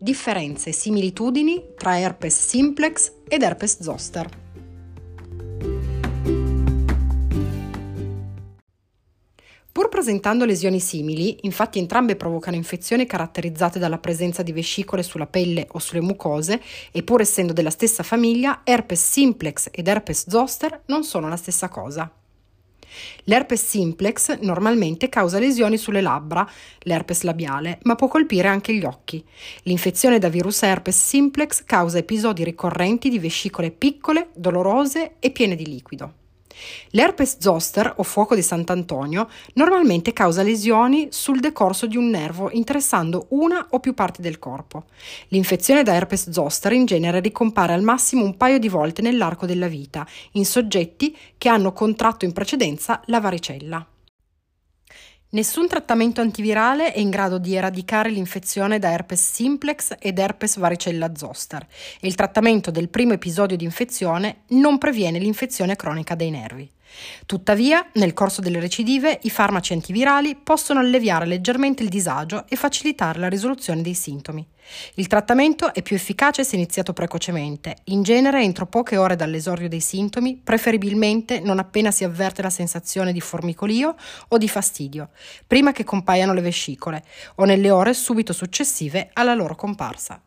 Differenze e similitudini tra herpes simplex ed herpes zoster. Pur presentando lesioni simili, infatti entrambe provocano infezioni caratterizzate dalla presenza di vescicole sulla pelle o sulle mucose e pur essendo della stessa famiglia, herpes simplex ed herpes zoster non sono la stessa cosa. L'herpes simplex normalmente causa lesioni sulle labbra, l'herpes labiale, ma può colpire anche gli occhi. L'infezione da virus herpes simplex causa episodi ricorrenti di vescicole piccole, dolorose e piene di liquido. L'herpes zoster o fuoco di Sant'Antonio normalmente causa lesioni sul decorso di un nervo interessando una o più parti del corpo. L'infezione da herpes zoster in genere ricompare al massimo un paio di volte nell'arco della vita in soggetti che hanno contratto in precedenza la varicella. Nessun trattamento antivirale è in grado di eradicare l'infezione da herpes simplex ed herpes varicella zoster e il trattamento del primo episodio di infezione non previene l'infezione cronica dei nervi. Tuttavia, nel corso delle recidive, i farmaci antivirali possono alleviare leggermente il disagio e facilitare la risoluzione dei sintomi. Il trattamento è più efficace se iniziato precocemente, in genere entro poche ore dall'esordio dei sintomi, preferibilmente non appena si avverte la sensazione di formicolio o di fastidio, prima che compaiano le vescicole, o nelle ore subito successive alla loro comparsa.